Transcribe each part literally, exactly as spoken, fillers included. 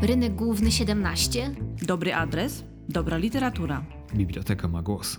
Rynek Główny siedemnaście. Dobry adres, dobra literatura. Biblioteka ma głos.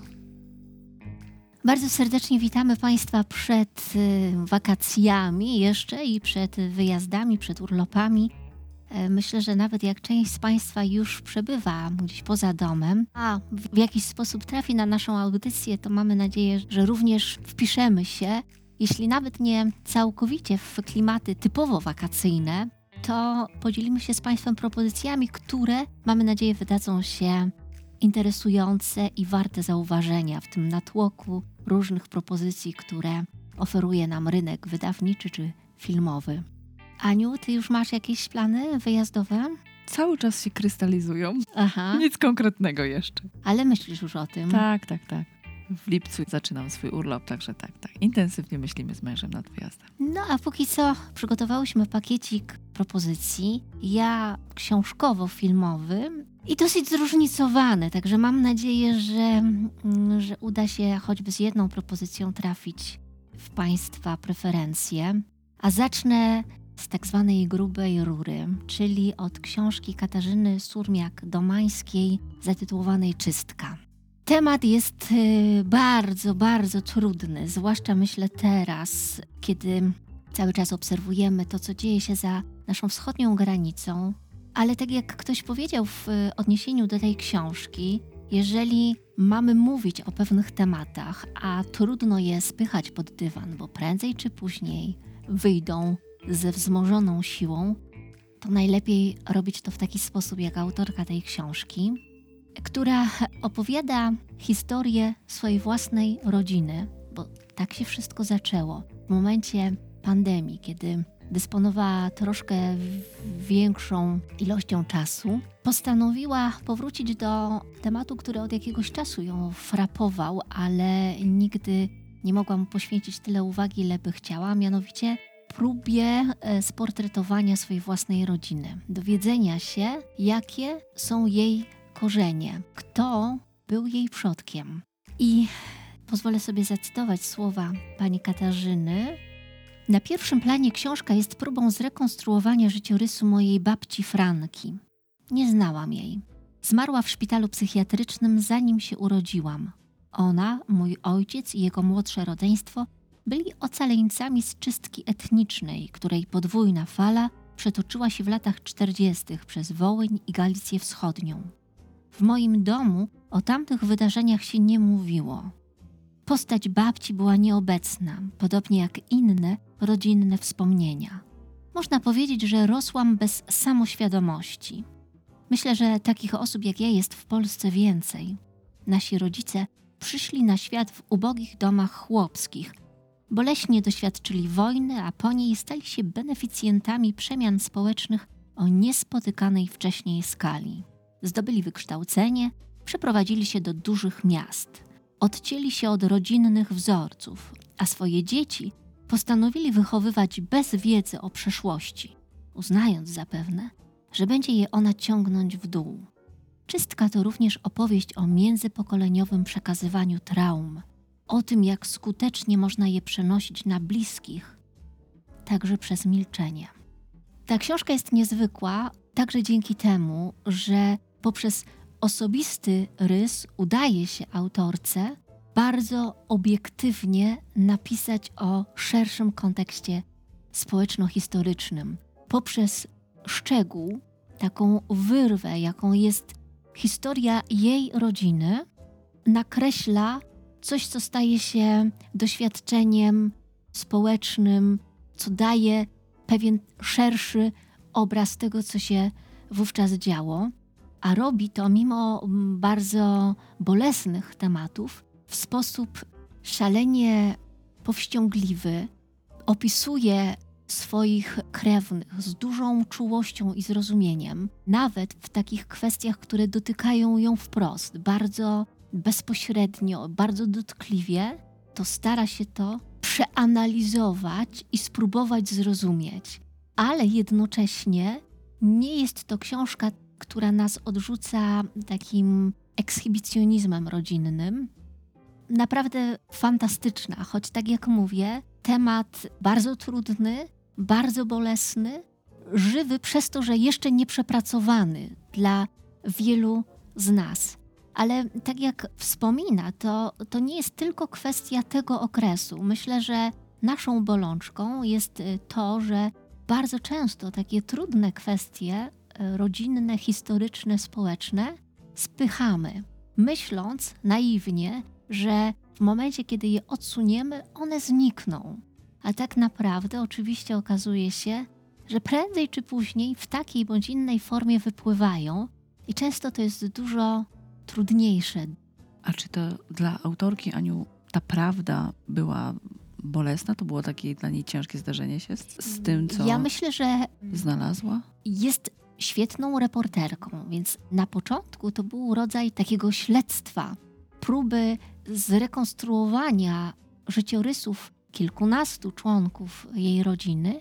Bardzo serdecznie witamy Państwa przed y, wakacjami jeszcze i przed wyjazdami, przed urlopami. E, myślę, że nawet jak część z Państwa już przebywa gdzieś poza domem, a w, w jakiś sposób trafi na naszą audycję, to mamy nadzieję, że również wpiszemy się, jeśli nawet nie całkowicie w klimaty typowo wakacyjne, to podzielimy się z Państwem propozycjami, które mamy nadzieję wydadzą się interesujące i warte zauważenia w tym natłoku różnych propozycji, które oferuje nam rynek wydawniczy czy filmowy. Aniu, ty już masz jakieś plany wyjazdowe? Cały czas się krystalizują. Aha, Nic konkretnego jeszcze. ale myślisz już o tym. Tak, tak, tak. W lipcu zaczynam swój urlop, także tak, tak. Intensywnie myślimy z mężem nad wyjazdem. No a póki co przygotowałyśmy pakiecik propozycji. Ja książkowo-filmowy i dosyć zróżnicowany, także mam nadzieję, że, mm, że uda się choćby z jedną propozycją trafić w Państwa preferencje. A zacznę z tak zwanej grubej rury, czyli od książki Katarzyny Surmiak-Domańskiej zatytułowanej Czystka. Temat jest y, bardzo, bardzo trudny, zwłaszcza myślę teraz, kiedy cały czas obserwujemy to, co dzieje się za naszą wschodnią granicą. Ale tak jak ktoś powiedział w y, odniesieniu do tej książki, jeżeli mamy mówić o pewnych tematach, a trudno je spychać pod dywan, bo prędzej czy później wyjdą ze wzmożoną siłą, to najlepiej robić to w taki sposób, jak autorka tej książki, która opowiada historię swojej własnej rodziny, bo tak się wszystko zaczęło. W momencie pandemii, kiedy dysponowała troszkę większą ilością czasu, postanowiła powrócić do tematu, który od jakiegoś czasu ją frapował, ale nigdy nie mogła mu poświęcić tyle uwagi, ile by chciała, mianowicie próbie sportretowania swojej własnej rodziny. Dowiedzenia się, jakie są jej korzenie, kto był jej przodkiem. I pozwolę sobie zacytować słowa pani Katarzyny. Na pierwszym planie książka jest próbą zrekonstruowania życiorysu mojej babci Franki. Nie znałam jej. Zmarła w szpitalu psychiatrycznym, zanim się urodziłam. Ona, mój ojciec i jego młodsze rodzeństwo byli ocaleńcami z czystki etnicznej, której podwójna fala przetoczyła się w latach czterdziestych przez Wołyń i Galicję Wschodnią. W moim domu o tamtych wydarzeniach się nie mówiło. Postać babci była nieobecna, podobnie jak inne rodzinne wspomnienia. Można powiedzieć, że rosłam bez samoświadomości. Myślę, że takich osób jak ja jest w Polsce więcej. Nasi rodzice przyszli na świat w ubogich domach chłopskich. Boleśnie doświadczyli wojny, a po niej stali się beneficjentami przemian społecznych o niespotykanej wcześniej skali. Zdobyli wykształcenie, przeprowadzili się do dużych miast. Odcięli się od rodzinnych wzorców, a swoje dzieci postanowili wychowywać bez wiedzy o przeszłości, uznając zapewne, że będzie je ona ciągnąć w dół. Czystka to również opowieść o międzypokoleniowym przekazywaniu traum, o tym, jak skutecznie można je przenosić na bliskich, także przez milczenie. Ta książka jest niezwykła także dzięki temu, że poprzez osobisty rys udaje się autorce bardzo obiektywnie napisać o szerszym kontekście społeczno-historycznym. Poprzez szczegół, taką wyrwę, jaką jest historia jej rodziny, nakreśla coś, co staje się doświadczeniem społecznym, co daje pewien szerszy obraz tego, co się wówczas działo, a robi to mimo bardzo bolesnych tematów w sposób szalenie powściągliwy. Opisuje swoich krewnych z dużą czułością i zrozumieniem, nawet w takich kwestiach, które dotykają ją wprost, bardzo bezpośrednio, bardzo dotkliwie, to stara się to przeanalizować i spróbować zrozumieć. Ale jednocześnie nie jest to książka, która nas odrzuca takim ekshibicjonizmem rodzinnym. Naprawdę fantastyczna, choć tak jak mówię, temat bardzo trudny, bardzo bolesny, żywy przez to, że jeszcze nieprzepracowany dla wielu z nas. Ale tak jak wspomina, to, to nie jest tylko kwestia tego okresu. Myślę, że naszą bolączką jest to, że bardzo często takie trudne kwestie rodzinne, historyczne, społeczne spychamy, myśląc naiwnie, że w momencie, kiedy je odsuniemy, one znikną. A tak naprawdę oczywiście okazuje się, że prędzej czy później w takiej bądź innej formie wypływają i często to jest dużo trudniejsze. A czy to dla autorki, Aniu, ta prawda była bolesna? To było takie dla niej ciężkie zdarzenie się z, z tym, co Ja myślę, że znalazła? jest świetną reporterką, więc na początku to był rodzaj takiego śledztwa, próby zrekonstruowania życiorysów kilkunastu członków jej rodziny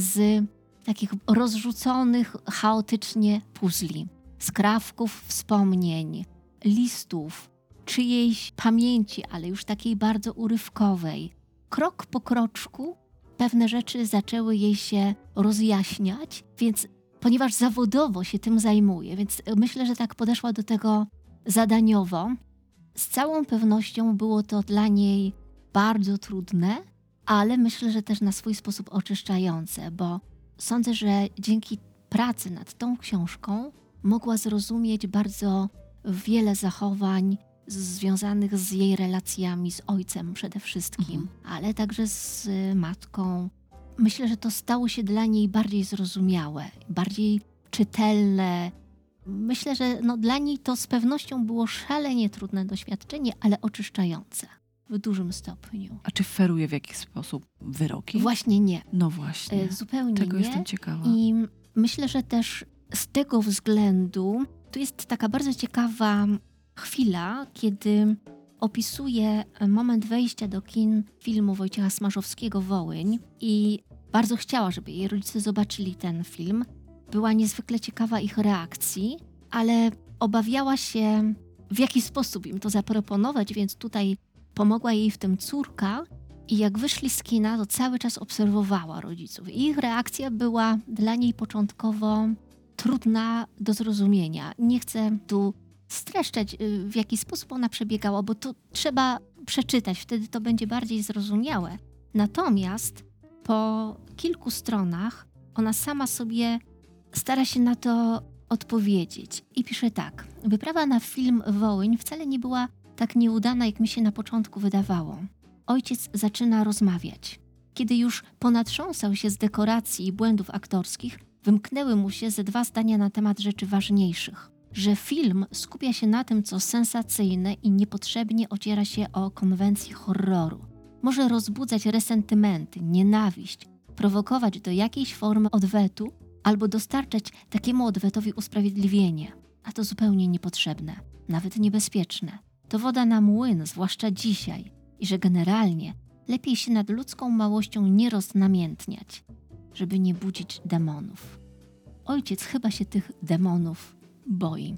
z takich rozrzuconych chaotycznie puzli, skrawków wspomnień, listów, czyjejś pamięci, ale już takiej bardzo urywkowej. Krok po kroczku pewne rzeczy zaczęły jej się rozjaśniać, więc ponieważ zawodowo się tym zajmuje, więc myślę, że tak podeszła do tego zadaniowo. Z całą pewnością było to dla niej bardzo trudne, ale myślę, że też na swój sposób oczyszczające, bo sądzę, że dzięki pracy nad tą książką mogła zrozumieć bardzo wiele zachowań związanych z jej relacjami z ojcem przede wszystkim, Mhm. ale także z matką. Myślę, że to stało się dla niej bardziej zrozumiałe, bardziej czytelne. Myślę, że no dla niej to z pewnością było szalenie trudne doświadczenie, ale oczyszczające w dużym stopniu. A czy feruje w jakiś sposób wyroki? Właśnie nie. No właśnie. E, Zupełnie Tego nie. jestem ciekawa. I myślę, że też z tego względu tu jest taka bardzo ciekawa chwila, kiedy opisuje moment wejścia do kin filmu Wojciecha Smarzowskiego „Wołyń” i bardzo chciała, żeby jej rodzice zobaczyli ten film. Była niezwykle ciekawa ich reakcji, ale obawiała się, w jaki sposób im to zaproponować, więc tutaj pomogła jej w tym córka i jak wyszli z kina, to cały czas obserwowała rodziców. I ich reakcja była dla niej początkowo trudna do zrozumienia. Nie chcę tu streszczać, w jaki sposób ona przebiegała, bo to trzeba przeczytać, wtedy to będzie bardziej zrozumiałe. Natomiast po kilku stronach ona sama sobie stara się na to odpowiedzieć i pisze tak. Wyprawa na film Wołyń wcale nie była tak nieudana, jak mi się na początku wydawało. Ojciec zaczyna rozmawiać. Kiedy już ponatrząsał się z dekoracji i błędów aktorskich, wymknęły mu się ze dwa zdania na temat rzeczy ważniejszych. Że film skupia się na tym, co sensacyjne i niepotrzebnie ociera się o konwencje horroru. Może rozbudzać resentymenty, nienawiść, prowokować do jakiejś formy odwetu albo dostarczać takiemu odwetowi usprawiedliwienie. A to zupełnie niepotrzebne, nawet niebezpieczne. To woda na młyn, zwłaszcza dzisiaj. I że generalnie lepiej się nad ludzką małością nie roznamiętniać, żeby nie budzić demonów. Ojciec chyba się tych demonów boi.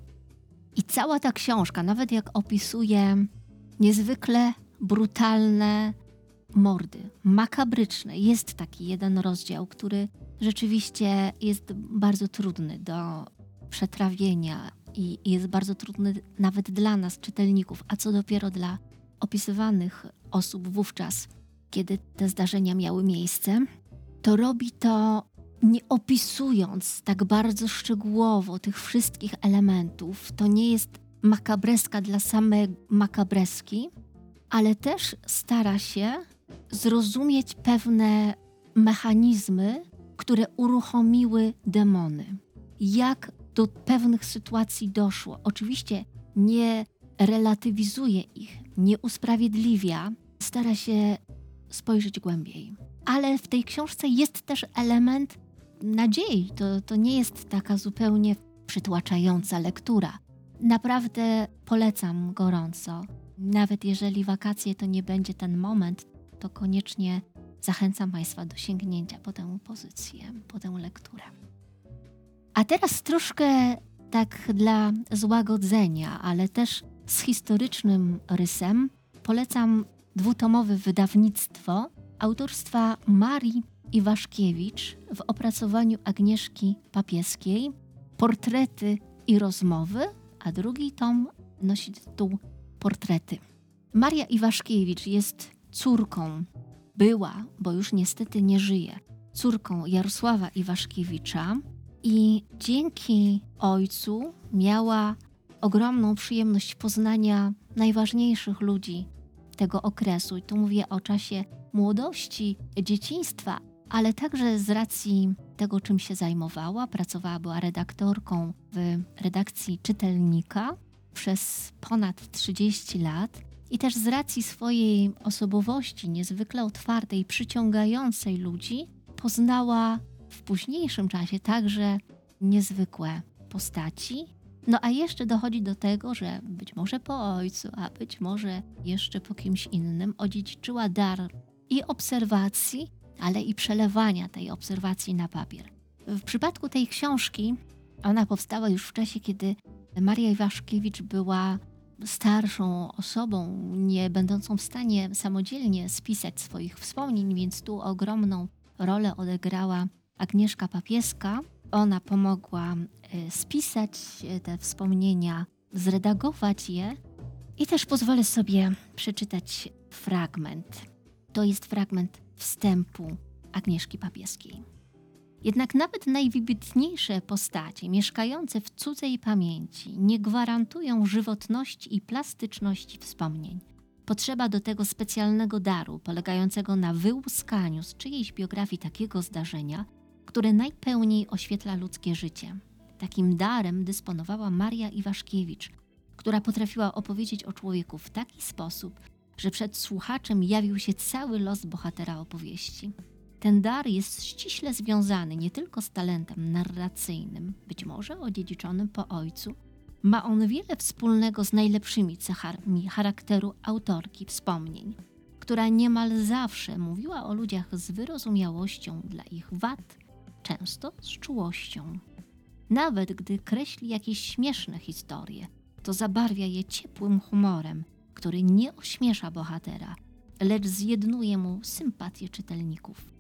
I cała ta książka, nawet jak opisuje niezwykle brutalne mordy, makabryczne, jest taki jeden rozdział, który rzeczywiście jest bardzo trudny do przetrawienia i jest bardzo trudny nawet dla nas, czytelników, a co dopiero dla opisywanych osób wówczas, kiedy te zdarzenia miały miejsce, to robi to nie opisując tak bardzo szczegółowo tych wszystkich elementów. To nie jest makabreska dla samej makabreski, ale też stara się zrozumieć pewne mechanizmy, które uruchomiły demony. Jak do pewnych sytuacji doszło. Oczywiście nie relatywizuje ich, nie usprawiedliwia, stara się spojrzeć głębiej. Ale w tej książce jest też element nadziei. To, to nie jest taka zupełnie przytłaczająca lektura. Naprawdę polecam gorąco. Nawet jeżeli wakacje to nie będzie ten moment, to koniecznie zachęcam Państwa do sięgnięcia po tę pozycję, po tę lekturę. A teraz troszkę tak dla złagodzenia, ale też z historycznym rysem polecam dwutomowe wydawnictwo autorstwa Marii Iwaszkiewicz w opracowaniu Agnieszki Papieskiej Portrety i rozmowy, a drugi tom nosi tytuł Portrety. Maria Iwaszkiewicz jest córką, była, bo już niestety nie żyje, córką Jarosława Iwaszkiewicza i dzięki ojcu miała ogromną przyjemność poznania najważniejszych ludzi tego okresu. I tu mówię o czasie młodości, dzieciństwa, ale także z racji tego, czym się zajmowała. Pracowała, była redaktorką w redakcji Czytelnika przez ponad trzydzieści lat i też z racji swojej osobowości niezwykle otwartej i przyciągającej ludzi poznała w późniejszym czasie także niezwykłe postaci. No a jeszcze dochodzi do tego, że być może po ojcu, a być może jeszcze po kimś innym odziedziczyła dar i obserwacji, ale i przelewania tej obserwacji na papier. W przypadku tej książki ona powstała już w czasie, kiedy Maria Iwaszkiewicz była starszą osobą, nie będącą w stanie samodzielnie spisać swoich wspomnień, więc tu ogromną rolę odegrała Agnieszka Papieska. Ona pomogła spisać te wspomnienia, zredagować je i też pozwolę sobie przeczytać fragment. To jest fragment wstępu Agnieszki Papieskiej. Jednak nawet najwybitniejsze postacie mieszkające w cudzej pamięci nie gwarantują żywotności i plastyczności wspomnień. Potrzeba do tego specjalnego daru polegającego na wyłuskaniu z czyjejś biografii takiego zdarzenia, które najpełniej oświetla ludzkie życie. Takim darem dysponowała Maria Iwaszkiewicz, która potrafiła opowiedzieć o człowieku w taki sposób, że przed słuchaczem jawił się cały los bohatera opowieści. Ten dar jest ściśle związany nie tylko z talentem narracyjnym, być może odziedziczonym po ojcu. Ma on wiele wspólnego z najlepszymi cechami charakteru autorki wspomnień, która niemal zawsze mówiła o ludziach z wyrozumiałością dla ich wad, często z czułością. Nawet gdy kreśli jakieś śmieszne historie, to zabarwia je ciepłym humorem, który nie ośmiesza bohatera, lecz zjednuje mu sympatię czytelników.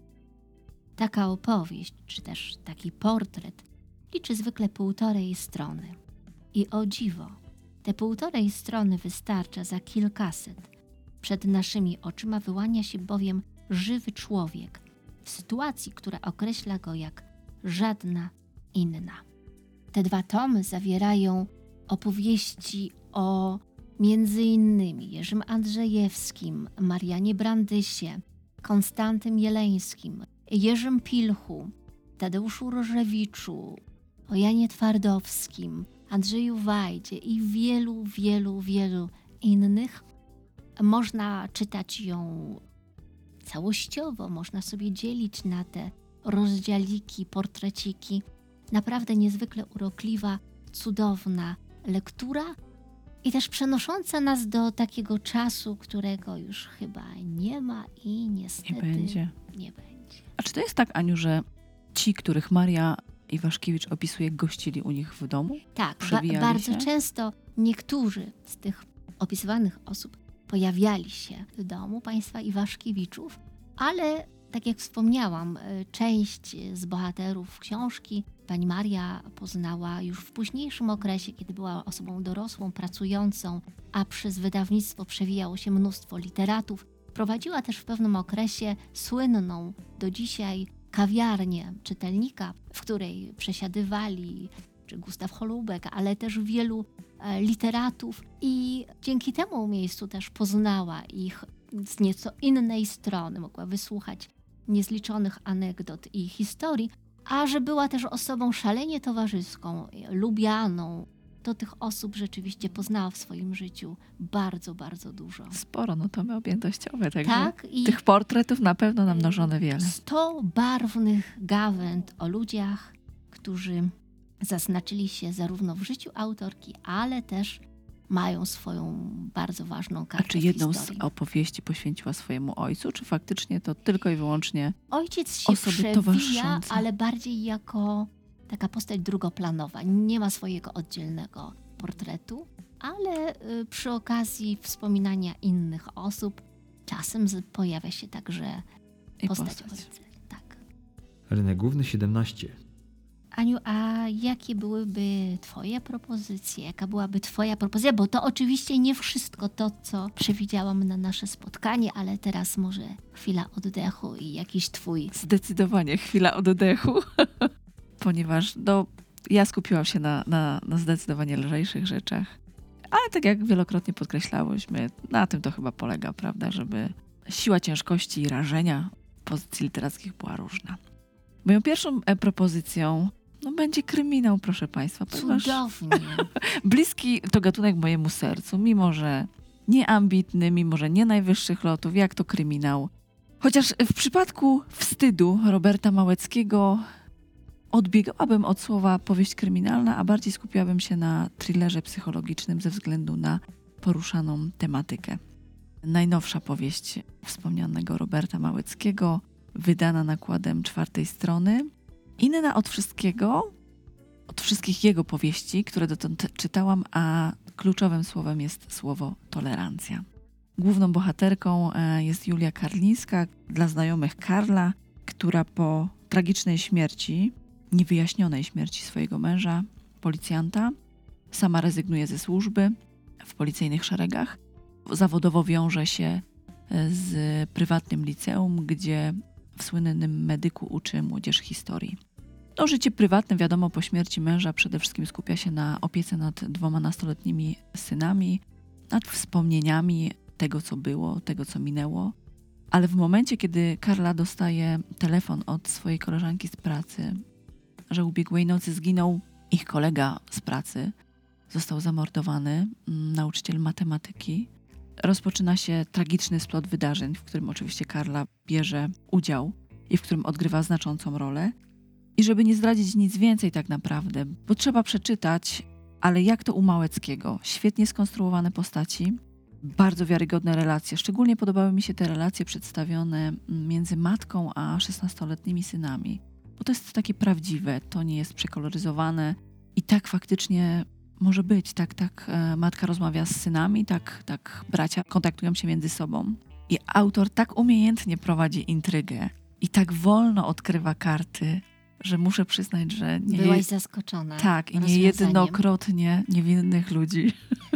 Taka opowieść, czy też taki portret, liczy zwykle półtorej strony. I o dziwo, te półtorej strony wystarcza za kilkaset. Przed naszymi oczyma wyłania się bowiem żywy człowiek, w sytuacji, która określa go jak żadna inna. Te dwa tomy zawierają opowieści o między innymi Jerzym Andrzejewskim, Marianie Brandysie, Konstantym Jeleńskim, Jerzym Pilchu, Tadeuszu Różewiczu, o Janie Twardowskim, Andrzeju Wajdzie i wielu, wielu, wielu innych. Można czytać ją całościowo, można sobie dzielić na te rozdziałiki, portreciki. Naprawdę niezwykle urokliwa, cudowna lektura i też przenosząca nas do takiego czasu, którego już chyba nie ma i niestety Nie będzie. nie będzie. A czy to jest tak, Aniu, że ci, których Maria Iwaszkiewicz opisuje, gościli u nich w domu? Tak, ba- Przewijali bardzo się? często niektórzy z tych opisywanych osób pojawiali się w domu państwa Iwaszkiewiczów, ale tak jak wspomniałam, y, część z bohaterów książki pani Maria poznała już w późniejszym okresie, kiedy była osobą dorosłą, pracującą, a przez wydawnictwo przewijało się mnóstwo literatów. Prowadziła też w pewnym okresie słynną do dzisiaj kawiarnię Czytelnika, w której przesiadywali czy Gustaw Holubek, ale też wielu e, literatów i dzięki temu miejscu też poznała ich z nieco innej strony, mogła wysłuchać niezliczonych anegdot i historii, a że była też osobą szalenie towarzyską, lubianą, to tych osób rzeczywiście poznała w swoim życiu bardzo, bardzo dużo. Sporo, no to my objętościowe, także Tak, i tych portretów na pewno namnożone wiele. sto barwnych gawęd o ludziach, którzy zaznaczyli się zarówno w życiu autorki, ale też mają swoją bardzo ważną A kartę czy w jedną z historii. opowieści poświęciła swojemu ojcu, czy faktycznie to tylko i wyłącznie Ojciec się osoby przewija, towarzyszące? ale bardziej jako taka postać drugoplanowa. Nie ma swojego oddzielnego portretu, ale y, przy okazji wspominania innych osób czasem z- pojawia się także i postać postać? ojca. Tak. Rynek Główny siedemnaście. Aniu, a jakie byłyby twoje propozycje? Jaka byłaby twoja propozycja? Bo to oczywiście nie wszystko to, co przewidziałam na nasze spotkanie, ale teraz może chwila oddechu i jakiś twój... Zdecydowanie chwila oddechu, ponieważ no, ja skupiłam się na, na, na zdecydowanie lżejszych rzeczach. Ale tak jak wielokrotnie podkreślałyśmy, na tym to chyba polega, prawda, żeby siła ciężkości i rażenia pozycji literackich była różna. Moją pierwszą e, propozycją no, będzie kryminał, proszę Państwa. ponieważ Cudownie. Bliski to gatunek mojemu sercu, mimo że nieambitny, mimo że nie najwyższych lotów, jak to kryminał. Chociaż w przypadku Wstydu Roberta Małeckiego odbiegałabym od słowa powieść kryminalna, a bardziej skupiałabym się na thrillerze psychologicznym ze względu na poruszaną tematykę. Najnowsza powieść wspomnianego Roberta Małeckiego, wydana nakładem czwartej strony. Inna od wszystkiego, od wszystkich jego powieści, które dotąd czytałam, a kluczowym słowem jest słowo tolerancja. Główną bohaterką jest Julia Karlińska, dla znajomych Karla, która po tragicznej śmierci, niewyjaśnionej śmierci swojego męża, policjanta, sama rezygnuje ze służby w policyjnych szeregach. Zawodowo wiąże się z prywatnym liceum, gdzie w słynnym medyku uczy młodzież historii. No, życie prywatne, wiadomo, po śmierci męża przede wszystkim skupia się na opiece nad dwoma nastoletnimi synami, nad wspomnieniami tego, co było, tego, co minęło. Ale w momencie, kiedy Karla dostaje telefon od swojej koleżanki z pracy, że ubiegłej nocy zginął ich kolega z pracy, został zamordowany, nauczyciel matematyki, rozpoczyna się tragiczny splot wydarzeń, w którym oczywiście Karla bierze udział i w którym odgrywa znaczącą rolę. I żeby nie zdradzić nic więcej tak naprawdę, bo trzeba przeczytać, ale jak to u Małeckiego. Świetnie skonstruowane postaci, bardzo wiarygodne relacje. Szczególnie podobały mi się te relacje przedstawione między matką a szesnastoletnimi synami. Bo to jest takie prawdziwe, to nie jest przekoloryzowane i tak faktycznie może być. Tak, tak e, matka rozmawia z synami, tak, tak bracia kontaktują się między sobą. I autor tak umiejętnie prowadzi intrygę i tak wolno odkrywa karty, że muszę przyznać, że nie... Byłaś zaskoczona. Tak, i rozwiązaniem. niejednokrotnie niewinnych ludzi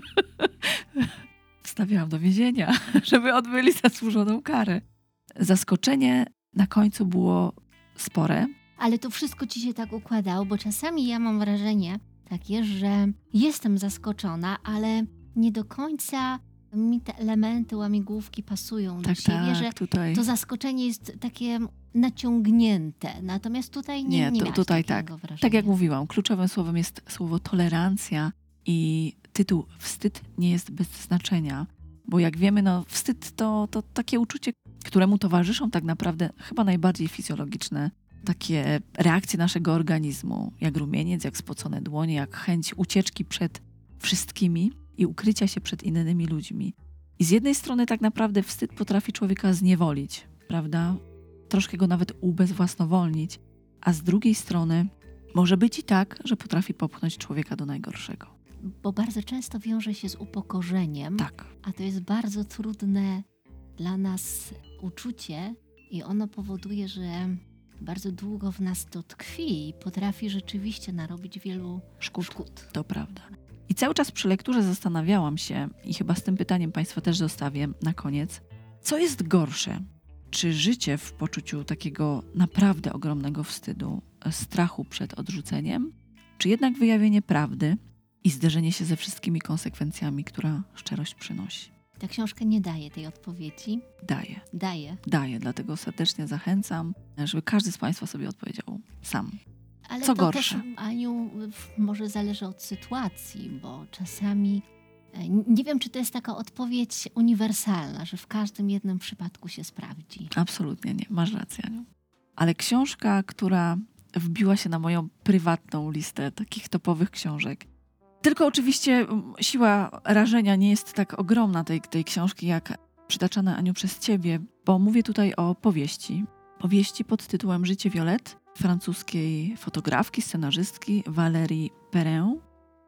wstawiałam do więzienia, żeby odbyli zasłużoną karę. Zaskoczenie na końcu było spore. Ale to wszystko ci się tak układało, bo czasami ja mam wrażenie takie, że jestem zaskoczona, ale nie do końca mi te elementy łamigłówki pasują Tak, do siebie, tak, że tutaj... to zaskoczenie jest takie naciągnięte. Natomiast tutaj nie, Nie, nie to, miałaś tutaj takiego tak. wrażenia. Tak jak mówiłam, kluczowym słowem jest słowo tolerancja i tytuł Wstyd nie jest bez znaczenia, bo jak wiemy, no wstyd to, to takie uczucie, któremu towarzyszą tak naprawdę chyba najbardziej fizjologiczne takie reakcje naszego organizmu, jak rumieniec, jak spocone dłonie, jak chęć ucieczki przed wszystkimi i ukrycia się przed innymi ludźmi. I z jednej strony tak naprawdę wstyd potrafi człowieka zniewolić, prawda? Troszkę go nawet ubezwłasnowolnić, a z drugiej strony może być i tak, że potrafi popchnąć człowieka do najgorszego. Bo bardzo często wiąże się z upokorzeniem, Tak. a to jest bardzo trudne dla nas uczucie i ono powoduje, że bardzo długo w nas to tkwi i potrafi rzeczywiście narobić wielu Szkód. szkód. To prawda. I cały czas przy lekturze zastanawiałam się, i chyba z tym pytaniem Państwa też zostawię na koniec, co jest gorsze? Czy życie w poczuciu takiego naprawdę ogromnego wstydu, strachu przed odrzuceniem, czy jednak wyjawienie prawdy i zderzenie się ze wszystkimi konsekwencjami, która szczerość przynosi? Ta książka nie daje tej odpowiedzi. Daje, Daje. daje, dlatego serdecznie zachęcam, żeby każdy z Państwa sobie odpowiedział sam. Ale Co to gorsze? też, Aniu, w- może zależy od sytuacji, bo czasami e, nie wiem, czy to jest taka odpowiedź uniwersalna, że w każdym jednym przypadku się sprawdzi. Absolutnie nie, masz rację. Aniu. Ale książka, która wbiła się na moją prywatną listę takich topowych książek. Tylko oczywiście mm, siła rażenia nie jest tak ogromna tej, tej książki, jak przytaczana, Aniu, przez ciebie, bo mówię tutaj o powieści. Powieści pod tytułem Życie Violette, francuskiej fotografki, scenarzystki Valérie Perrin,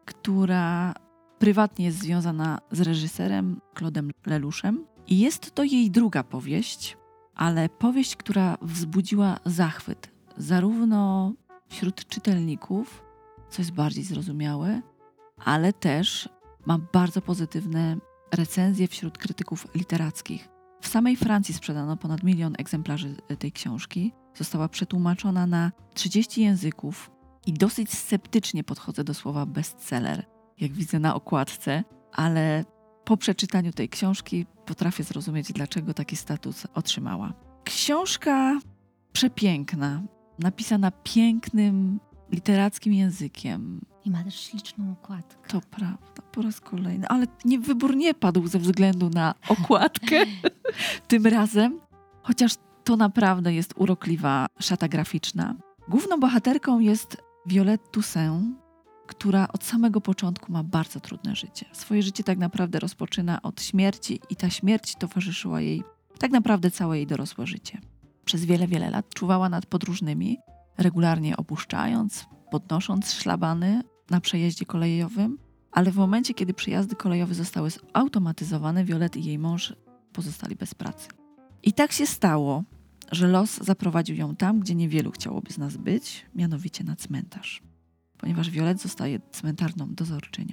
która prywatnie jest związana z reżyserem Claude'em Lelouchem. I jest to jej druga powieść, ale powieść, która wzbudziła zachwyt zarówno wśród czytelników, co jest bardziej zrozumiałe, ale też ma bardzo pozytywne recenzje wśród krytyków literackich. W samej Francji sprzedano ponad milion egzemplarzy tej książki. Została przetłumaczona na trzydzieści języków i dosyć sceptycznie podchodzę do słowa bestseller, jak widzę na okładce, ale po przeczytaniu tej książki potrafię zrozumieć, dlaczego taki status otrzymała. Książka przepiękna, napisana pięknym, literackim językiem. I ma też śliczną okładkę. To prawda, po raz kolejny. Ale nie, wybór nie padł ze względu na okładkę tym razem, chociaż to naprawdę jest urokliwa szata graficzna. Główną bohaterką jest Violette Toussaint, która od samego początku ma bardzo trudne życie. Swoje życie tak naprawdę rozpoczyna od śmierci i ta śmierć towarzyszyła jej tak naprawdę całe jej dorosłe życie. Przez wiele, wiele lat czuwała nad podróżnymi, regularnie opuszczając, podnosząc szlabany na przejeździe kolejowym, ale w momencie, kiedy przejazdy kolejowe zostały zautomatyzowane, Violette i jej mąż pozostali bez pracy. I tak się stało, że los zaprowadził ją tam, gdzie niewielu chciałoby z nas być, mianowicie na cmentarz. Ponieważ Violette zostaje cmentarną dozorczynią.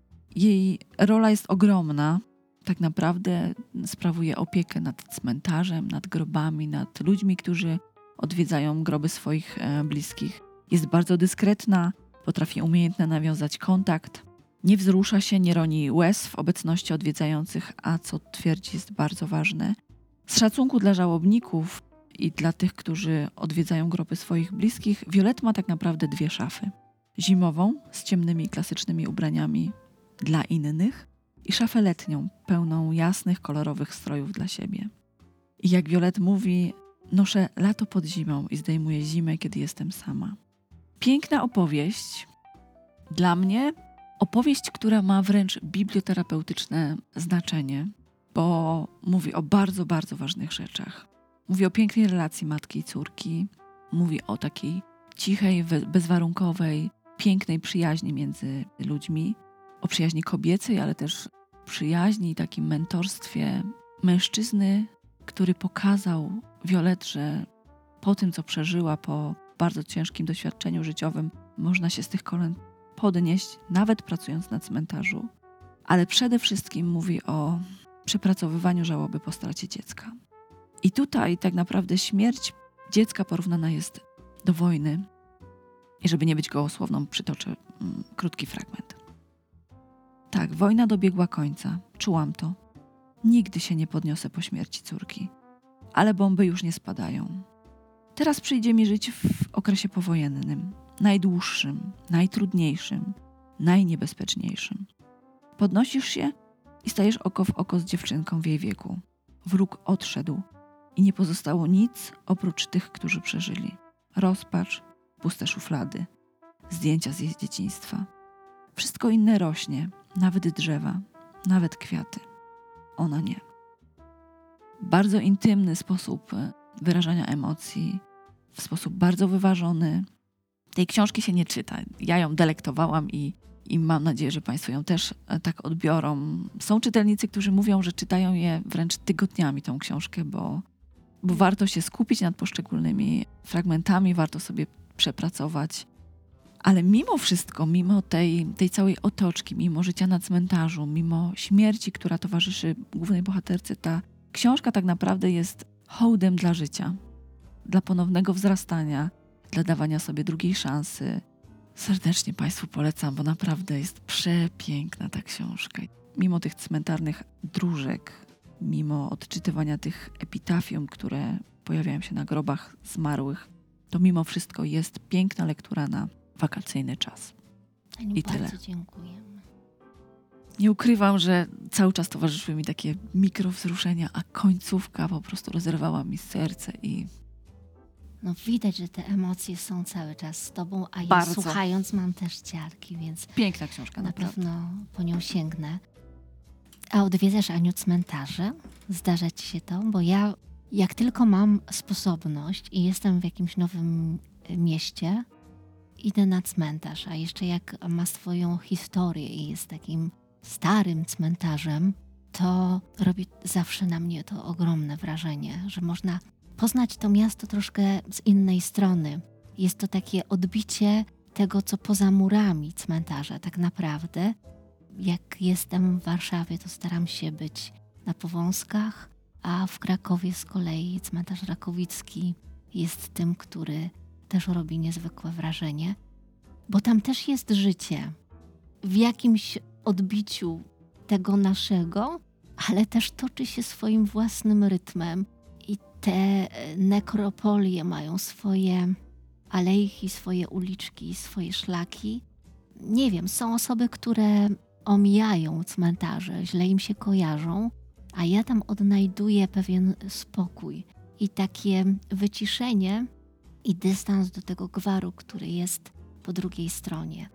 Jej rola jest ogromna. Tak naprawdę sprawuje opiekę nad cmentarzem, nad grobami, nad ludźmi, którzy odwiedzają groby swoich e, bliskich. Jest bardzo dyskretna, potrafi umiejętnie nawiązać kontakt, nie wzrusza się, nie roni łez w obecności odwiedzających, a co twierdzi jest bardzo ważne. Z szacunku dla żałobników i dla tych, którzy odwiedzają groby swoich bliskich, Violette ma tak naprawdę dwie szafy. Zimową z ciemnymi, klasycznymi ubraniami dla innych i szafę letnią, pełną jasnych, kolorowych strojów dla siebie. I jak Violette mówi, noszę lato pod zimą i zdejmuję zimę, kiedy jestem sama. Piękna opowieść. Dla mnie opowieść, która ma wręcz biblioterapeutyczne znaczenie, bo mówi o bardzo, bardzo ważnych rzeczach. Mówi o pięknej relacji matki i córki, mówi o takiej cichej, bezwarunkowej, pięknej przyjaźni między ludźmi, o przyjaźni kobiecej, ale też przyjaźni i takim mentorstwie mężczyzny, który pokazał Violette, że po tym, co przeżyła, po bardzo ciężkim doświadczeniu życiowym, można się z tych kolan podnieść, nawet pracując na cmentarzu. Ale przede wszystkim mówi o przepracowywaniu żałoby po stracie dziecka. I tutaj tak naprawdę śmierć dziecka porównana jest do wojny. I żeby nie być gołosłowną, przytoczę mm, krótki fragment. Tak, wojna dobiegła końca. Czułam to. Nigdy się nie podniosę po śmierci córki. Ale bomby już nie spadają. Teraz przyjdzie mi żyć w okresie powojennym. Najdłuższym, najtrudniejszym, najniebezpieczniejszym. Podnosisz się i stajesz oko w oko z dziewczynką w jej wieku. Wróg odszedł i nie pozostało nic oprócz tych, którzy przeżyli. Rozpacz, puste szuflady, zdjęcia z jej dzieciństwa. Wszystko inne rośnie, nawet drzewa, nawet kwiaty. Ona nie. Bardzo intymny sposób wyrażania emocji, w sposób bardzo wyważony. Tej książki się nie czyta. Ja ją delektowałam i, i mam nadzieję, że Państwo ją też tak odbiorą. Są czytelnicy, którzy mówią, że czytają je wręcz tygodniami, tą książkę, bo, bo warto się skupić nad poszczególnymi fragmentami, warto sobie przepracować. Ale mimo wszystko, mimo tej, tej całej otoczki, mimo życia na cmentarzu, mimo śmierci, która towarzyszy głównej bohaterce, ta książka tak naprawdę jest hołdem dla życia, dla ponownego wzrastania, dla dawania sobie drugiej szansy. Serdecznie Państwu polecam, bo naprawdę jest przepiękna ta książka. Mimo tych cmentarnych dróżek, mimo odczytywania tych epitafium, które pojawiają się na grobach zmarłych, to mimo wszystko jest piękna lektura na wakacyjny czas. Ani I bardzo tyle. dziękujemy. Nie ukrywam, że cały czas towarzyszyły mi takie mikrowzruszenia, a końcówka po prostu rozerwała mi serce i No widać, że te emocje są cały czas z tobą, a ja Bardzo. słuchając mam też ciarki, więc piękna książka, na naprawdę. pewno po nią sięgnę. A odwiedzasz, Aniu, cmentarze? Zdarza ci się to? Bo ja, jak tylko mam sposobność i jestem w jakimś nowym mieście, idę na cmentarz, a jeszcze jak ma swoją historię i jest takim starym cmentarzem, to robi zawsze na mnie to ogromne wrażenie, że można poznać to miasto troszkę z innej strony. Jest to takie odbicie tego, co poza murami cmentarza tak naprawdę. Jak jestem w Warszawie, to staram się być na Powązkach, a w Krakowie z kolei cmentarz Rakowicki jest tym, który też robi niezwykłe wrażenie, bo tam też jest życie w jakimś odbiciu tego naszego, ale też toczy się swoim własnym rytmem i te nekropolie mają swoje alejki, swoje uliczki, swoje szlaki. Nie wiem, są osoby, które omijają cmentarze, źle im się kojarzą, a ja tam odnajduję pewien spokój i takie wyciszenie i dystans do tego gwaru, który jest po drugiej stronie.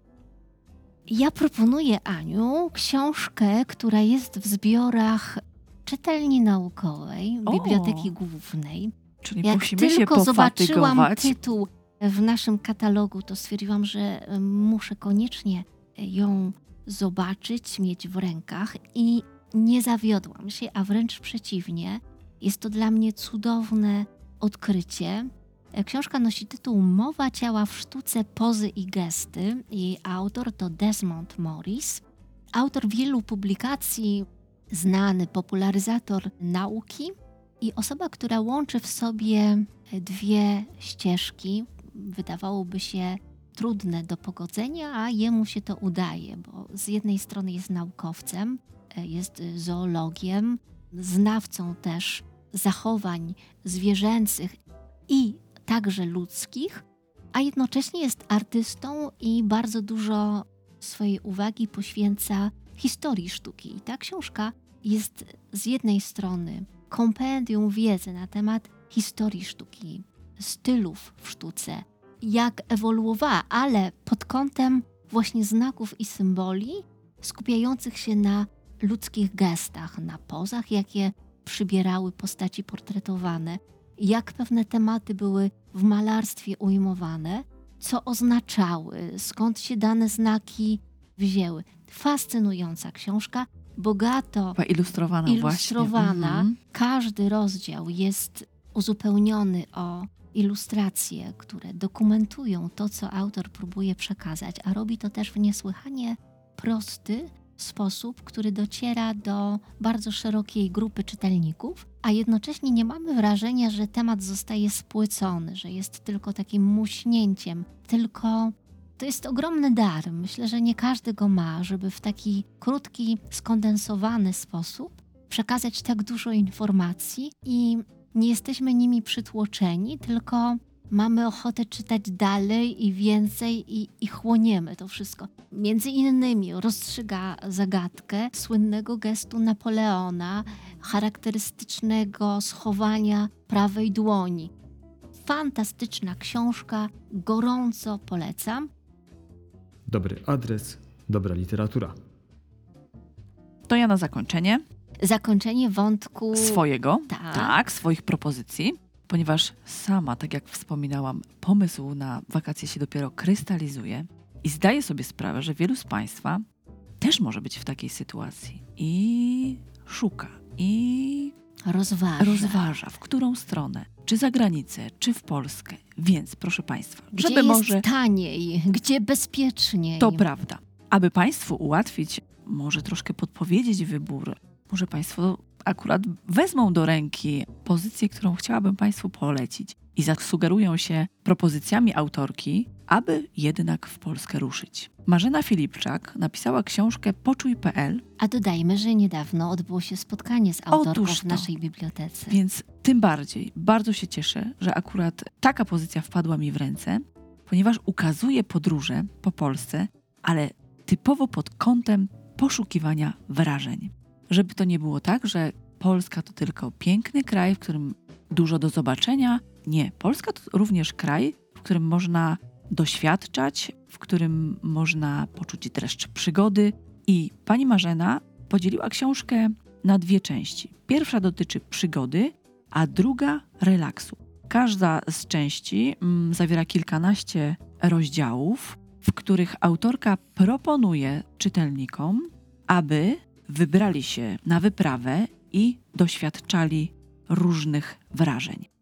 Ja proponuję, Aniu, książkę, która jest w zbiorach Czytelni Naukowej, O! Biblioteki Głównej. Czyli Jak musimy się tylko zobaczyłam pofatygować. tytuł w naszym katalogu, to stwierdziłam, że muszę koniecznie ją zobaczyć, mieć w rękach i nie zawiodłam się, a wręcz przeciwnie. Jest to dla mnie cudowne odkrycie. Książka nosi tytuł Mowa ciała w sztuce, pozy i gesty. Jej autor to Desmond Morris. Autor wielu publikacji, znany popularyzator nauki i osoba, która łączy w sobie dwie ścieżki. Wydawałoby się trudne do pogodzenia, a jemu się to udaje, bo z jednej strony jest naukowcem, jest zoologiem, znawcą też zachowań zwierzęcych i także ludzkich, a jednocześnie jest artystą i bardzo dużo swojej uwagi poświęca historii sztuki. I ta książka jest z jednej strony kompendium wiedzy na temat historii sztuki, stylów w sztuce, jak ewoluowała, ale pod kątem właśnie znaków i symboli skupiających się na ludzkich gestach, na pozach, jakie przybierały postaci portretowane, jak pewne tematy były w malarstwie ujmowane, co oznaczały, skąd się dane znaki wzięły. Fascynująca książka, bogato Chyba ilustrowana, ilustrowana. właśnie. Mhm. Każdy rozdział jest uzupełniony o ilustracje, które dokumentują to, co autor próbuje przekazać, a robi to też w niesłychanie prosty sposób, który dociera do bardzo szerokiej grupy czytelników, a jednocześnie nie mamy wrażenia, że temat zostaje spłycony, że jest tylko takim muśnięciem, tylko to jest ogromny dar. Myślę, że nie każdy go ma, żeby w taki krótki, skondensowany sposób przekazać tak dużo informacji i nie jesteśmy nimi przytłoczeni, tylko mamy ochotę czytać dalej i więcej i, i chłoniemy to wszystko. Między innymi rozstrzyga zagadkę słynnego gestu Napoleona, charakterystycznego schowania prawej dłoni. Fantastyczna książka, gorąco polecam. Dobry adres, dobra literatura. To ja na zakończenie Zakończenie wątku swojego, Tak. tak, swoich propozycji, ponieważ sama, tak jak wspominałam, pomysł na wakacje się dopiero krystalizuje i zdaję sobie sprawę, że wielu z Państwa też może być w takiej sytuacji i szuka, i rozważa. rozważa, w którą stronę, czy za granicę, czy w Polskę. Więc proszę Państwa, Gdzie żeby jest może... taniej, gdzie bezpieczniej. To prawda. Aby Państwu ułatwić, może troszkę podpowiedzieć wybór, może Państwo akurat wezmą do ręki pozycję, którą chciałabym Państwu polecić i zasugerują się propozycjami autorki, aby jednak w Polskę ruszyć. Marzena Filipczak napisała książkę Poczuj kropka pe el, A dodajmy, że niedawno odbyło się spotkanie z autorką Otóż w to. naszej bibliotece. więc tym bardziej bardzo się cieszę, że akurat taka pozycja wpadła mi w ręce, ponieważ ukazuje podróże po Polsce, ale typowo pod kątem poszukiwania wrażeń. Żeby to nie było tak, że Polska to tylko piękny kraj, w którym dużo do zobaczenia. Nie, Polska to również kraj, w którym można doświadczać, w którym można poczuć dreszcz przygody. I pani Marzena podzieliła książkę na dwie części. Pierwsza dotyczy przygody, a druga relaksu. Każda z części mm, zawiera kilkanaście rozdziałów, w których autorka proponuje czytelnikom, aby wybrali się na wyprawę i doświadczali różnych wrażeń.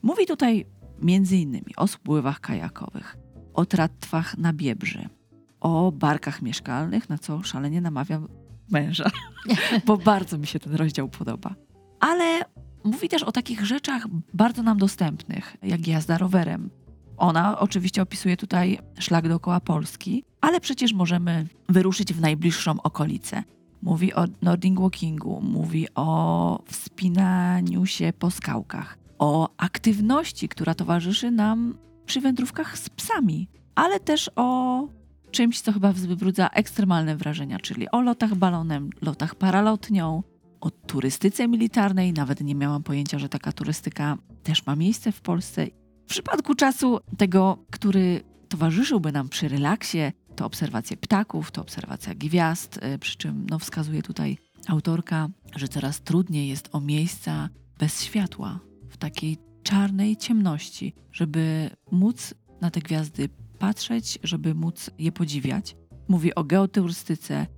Mówi tutaj między innymi o spływach kajakowych, o tratwach na Biebrzy, o barkach mieszkalnych, na co szalenie namawiam męża, bo bardzo mi się ten rozdział podoba. Ale mówi też o takich rzeczach bardzo nam dostępnych, jak jazda rowerem. Ona oczywiście opisuje tutaj szlak dookoła Polski, ale przecież możemy wyruszyć w najbliższą okolicę. Mówi o Nordic Walkingu, mówi o wspinaniu się po skałkach, o aktywności, która towarzyszy nam przy wędrówkach z psami, ale też o czymś, co chyba wzbudza ekstremalne wrażenia, czyli o lotach balonem, lotach paralotnią, o turystyce militarnej. Nawet nie miałam pojęcia, że taka turystyka też ma miejsce w Polsce. W przypadku czasu tego, który towarzyszyłby nam przy relaksie, to obserwacje ptaków, to obserwacja gwiazd, przy czym no, wskazuje tutaj autorka, że coraz trudniej jest o miejsca bez światła, w takiej czarnej ciemności, żeby móc na te gwiazdy patrzeć, żeby móc je podziwiać. Mówi o geoturystyce,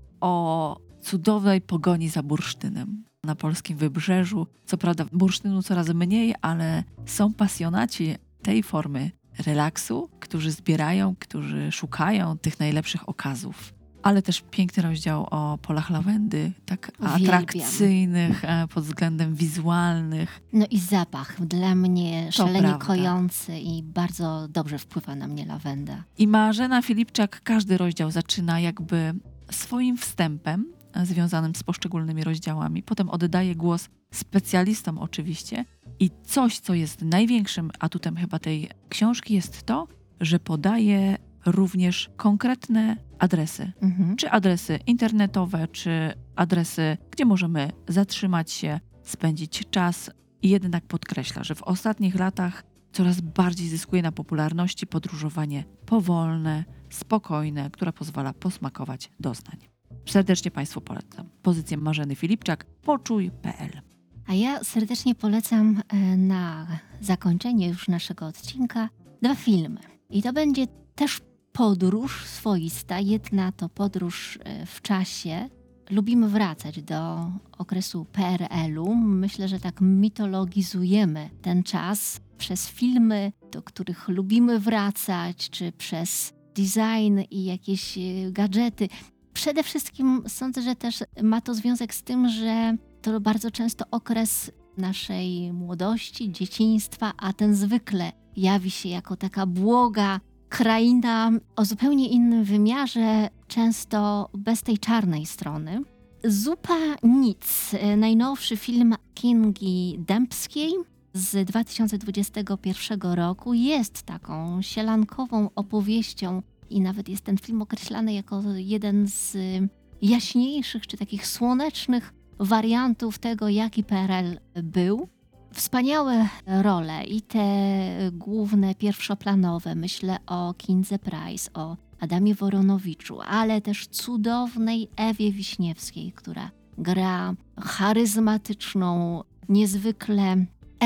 o cudownej pogoni za bursztynem na polskim wybrzeżu. Co prawda bursztynu coraz mniej, ale są pasjonaci tej formy relaksu, którzy zbierają, którzy szukają tych najlepszych okazów. Ale też piękny rozdział o polach lawendy, tak Uwielbiam. atrakcyjnych pod względem wizualnych. No i zapach dla mnie To szalenie prawda. kojący i bardzo dobrze wpływa na mnie lawenda. I Marzena Filipczak każdy rozdział zaczyna jakby swoim wstępem związanym z poszczególnymi rozdziałami. Potem oddaje głos specjalistom oczywiście. I coś, co jest największym atutem chyba tej książki, jest to, że podaje również konkretne adresy. Mhm. Czy adresy internetowe, czy adresy, gdzie możemy zatrzymać się, spędzić czas. I jednak podkreśla, że w ostatnich latach coraz bardziej zyskuje na popularności podróżowanie powolne, spokojne, które pozwala posmakować doznań. Serdecznie Państwu polecam pozycję Marzeny Filipczak, poczuj kropka p l. A ja serdecznie polecam e, na zakończenie już naszego odcinka dwa filmy. I to będzie też podróż swoista. Jedna to podróż e, w czasie. Lubimy wracać do okresu P R L-u. Myślę, że tak mitologizujemy ten czas przez filmy, do których lubimy wracać, czy przez design i jakieś e, gadżety. Przede wszystkim sądzę, że też ma to związek z tym, że to bardzo często okres naszej młodości, dzieciństwa, a ten zwykle jawi się jako taka błoga kraina o zupełnie innym wymiarze, często bez tej czarnej strony. Zupa nic, najnowszy film Kingi Dębskiej z dwa tysiące dwudziestego pierwszego roku, jest taką sielankową opowieścią i nawet jest ten film określany jako jeden z jaśniejszych czy takich słonecznych wariantów tego, jaki P R L był. Wspaniałe role i te główne, pierwszoplanowe, myślę o Kindze Price, o Adamie Woronowiczu, ale też cudownej Ewie Wiśniewskiej, która gra charyzmatyczną, niezwykle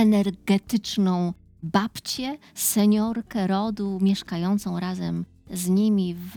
energetyczną babcię, seniorkę rodu, mieszkającą razem z nimi w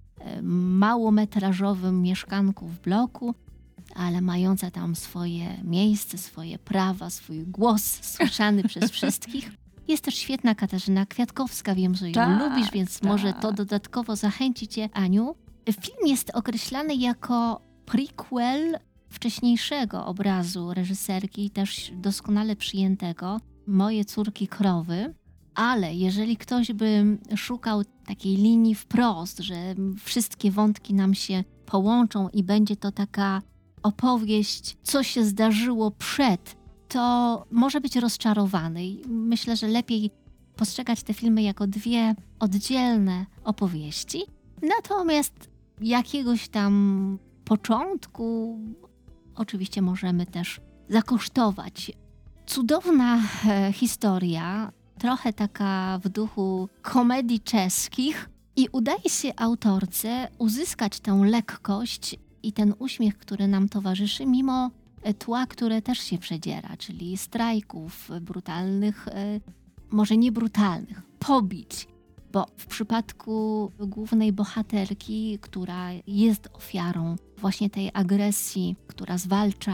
małometrażowym mieszkanku w bloku, ale mająca tam swoje miejsce, swoje prawa, swój głos słyszany przez wszystkich. Jest też świetna Katarzyna Kwiatkowska, wiem, że ją Tak, lubisz, więc tak. może to dodatkowo zachęci cię, Aniu. Film jest określany jako prequel wcześniejszego obrazu reżyserki, też doskonale przyjętego, Moje córki krowy. Ale jeżeli ktoś by szukał takiej linii wprost, że wszystkie wątki nam się połączą i będzie to taka opowieść, co się zdarzyło przed, to może być rozczarowany. I myślę, że lepiej postrzegać te filmy jako dwie oddzielne opowieści. Natomiast jakiegoś tam początku oczywiście możemy też zakosztować. Cudowna e, historia, trochę taka w duchu komedii czeskich i udaje się autorce uzyskać tę lekkość i ten uśmiech, który nam towarzyszy, mimo tła, które też się przedziera, czyli strajków brutalnych, może nie brutalnych, pobić. Bo w przypadku głównej bohaterki, która jest ofiarą właśnie tej agresji, która zwalcza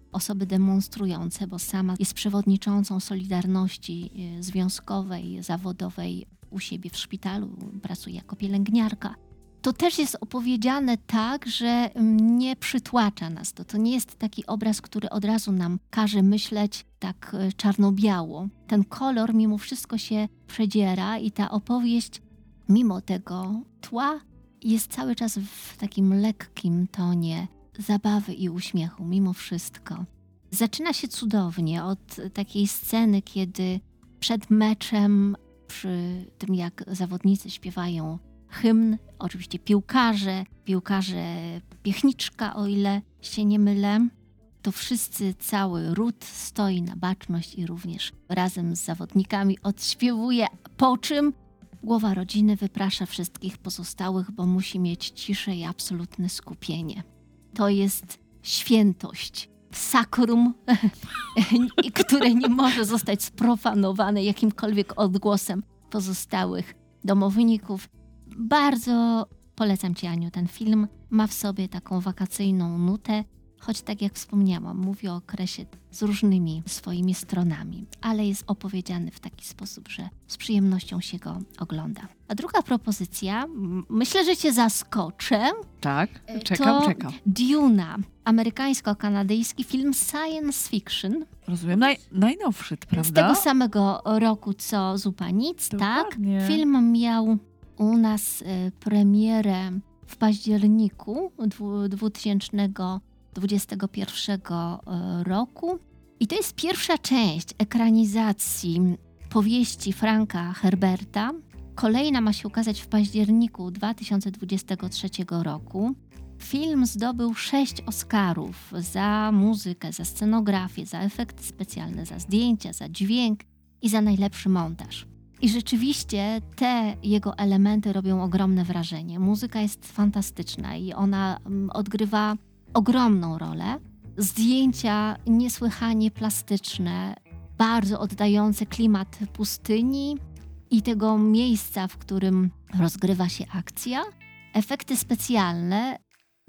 osoby demonstrujące, bo sama jest przewodniczącą Solidarności y, związkowej, zawodowej u siebie w szpitalu, pracuje jako pielęgniarka. To też jest opowiedziane tak, że nie przytłacza nas to. To nie jest taki obraz, który od razu nam każe myśleć tak y, czarno-biało. Ten kolor mimo wszystko się przedziera i ta opowieść mimo tego tła jest cały czas w takim lekkim tonie zabawy i uśmiechu, mimo wszystko. Zaczyna się cudownie od takiej sceny, kiedy przed meczem, przy tym jak zawodnicy śpiewają hymn, oczywiście piłkarze, piłkarze Piechniczka, o ile się nie mylę, to wszyscy, cały ród stoi na baczność i również razem z zawodnikami odśpiewuje, po czym głowa rodziny wyprasza wszystkich pozostałych, bo musi mieć ciszę i absolutne skupienie. To jest świętość, sakrum, które nie może zostać sprofanowane jakimkolwiek odgłosem pozostałych domowników. Bardzo polecam Ci, Aniu, ten film. Ma w sobie taką wakacyjną nutę, choć tak jak wspomniałam, mówi o okresie z różnymi swoimi stronami, ale jest opowiedziany w taki sposób, że z przyjemnością się go ogląda. A druga propozycja, m- myślę, że Cię zaskoczę, Tak, E, czekam, to czekam. Duna, amerykańsko-kanadyjski film science fiction Rozumiem, Naj, najnowszy, z prawda? tego samego roku co Zupa Nic, tak? Dokładnie. Film miał u nas e, premierę w październiku dwu- dwa tysiące dwudziestego pierwszego e, roku i to jest pierwsza część ekranizacji powieści Franka Herberta. Kolejna ma się ukazać w październiku dwa tysiące dwudziestego trzeciego roku. Film zdobył sześć Oscarów za muzykę, za scenografię, za efekty specjalne, za zdjęcia, za dźwięk i za najlepszy montaż. I rzeczywiście te jego elementy robią ogromne wrażenie. Muzyka jest fantastyczna i ona mm, odgrywa ogromną rolę. Zdjęcia niesłychanie plastyczne, bardzo oddające klimat pustyni i tego miejsca, w którym rozgrywa się akcja. Efekty specjalne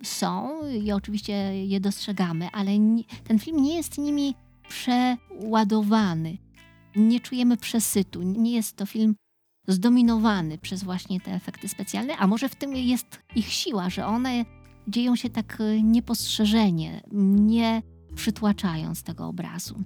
są i oczywiście je dostrzegamy, ale nie, ten film nie jest nimi przeładowany. Nie czujemy przesytu. Nie jest to film zdominowany przez właśnie te efekty specjalne, a może w tym jest ich siła, że one dzieją się tak niepostrzeżenie, nie przytłaczając tego obrazu.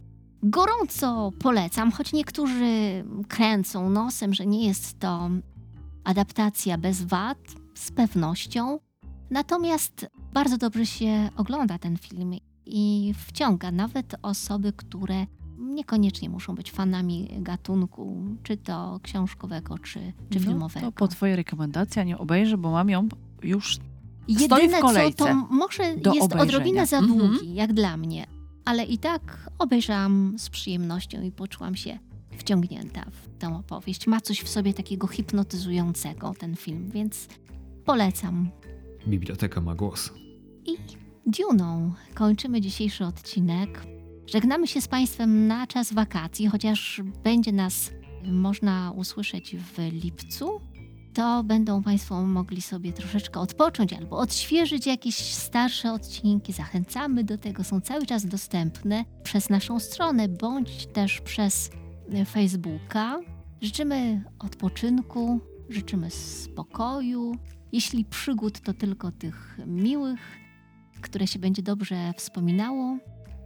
Gorąco polecam, choć niektórzy kręcą nosem, że nie jest to adaptacja bez wad, z pewnością. Natomiast bardzo dobrze się ogląda ten film i wciąga nawet osoby, które niekoniecznie muszą być fanami gatunku, czy to książkowego, czy, czy No, filmowego. to po twojej rekomendacji nie obejrzę, bo mam ją już stoi w Jedyne co, kolejce to może do jest obejrzenia. odrobinę za Mhm. długi, jak dla mnie. Ale i tak obejrzałam z przyjemnością i poczułam się wciągnięta w tę opowieść. Ma coś w sobie takiego hipnotyzującego ten film, więc polecam. Biblioteka ma głos. I Duną kończymy dzisiejszy odcinek. Żegnamy się z Państwem na czas wakacji, chociaż będzie nas można usłyszeć w lipcu. To będą Państwo mogli sobie troszeczkę odpocząć albo odświeżyć jakieś starsze odcinki. Zachęcamy do tego, są cały czas dostępne przez naszą stronę bądź też przez Facebooka. Życzymy odpoczynku, życzymy spokoju. Jeśli przygód, to tylko tych miłych, które się będzie dobrze wspominało.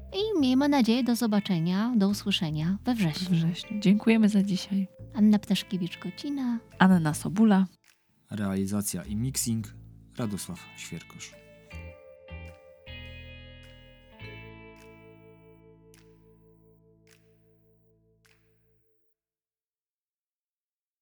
I miejmy nadzieję do zobaczenia, do usłyszenia we we wrześniu. wrześniu. Dziękujemy za dzisiaj. Anna Ptaszkiewicz-Kocina. Anna Sobula. Realizacja i mixing Radosław Świerkosz.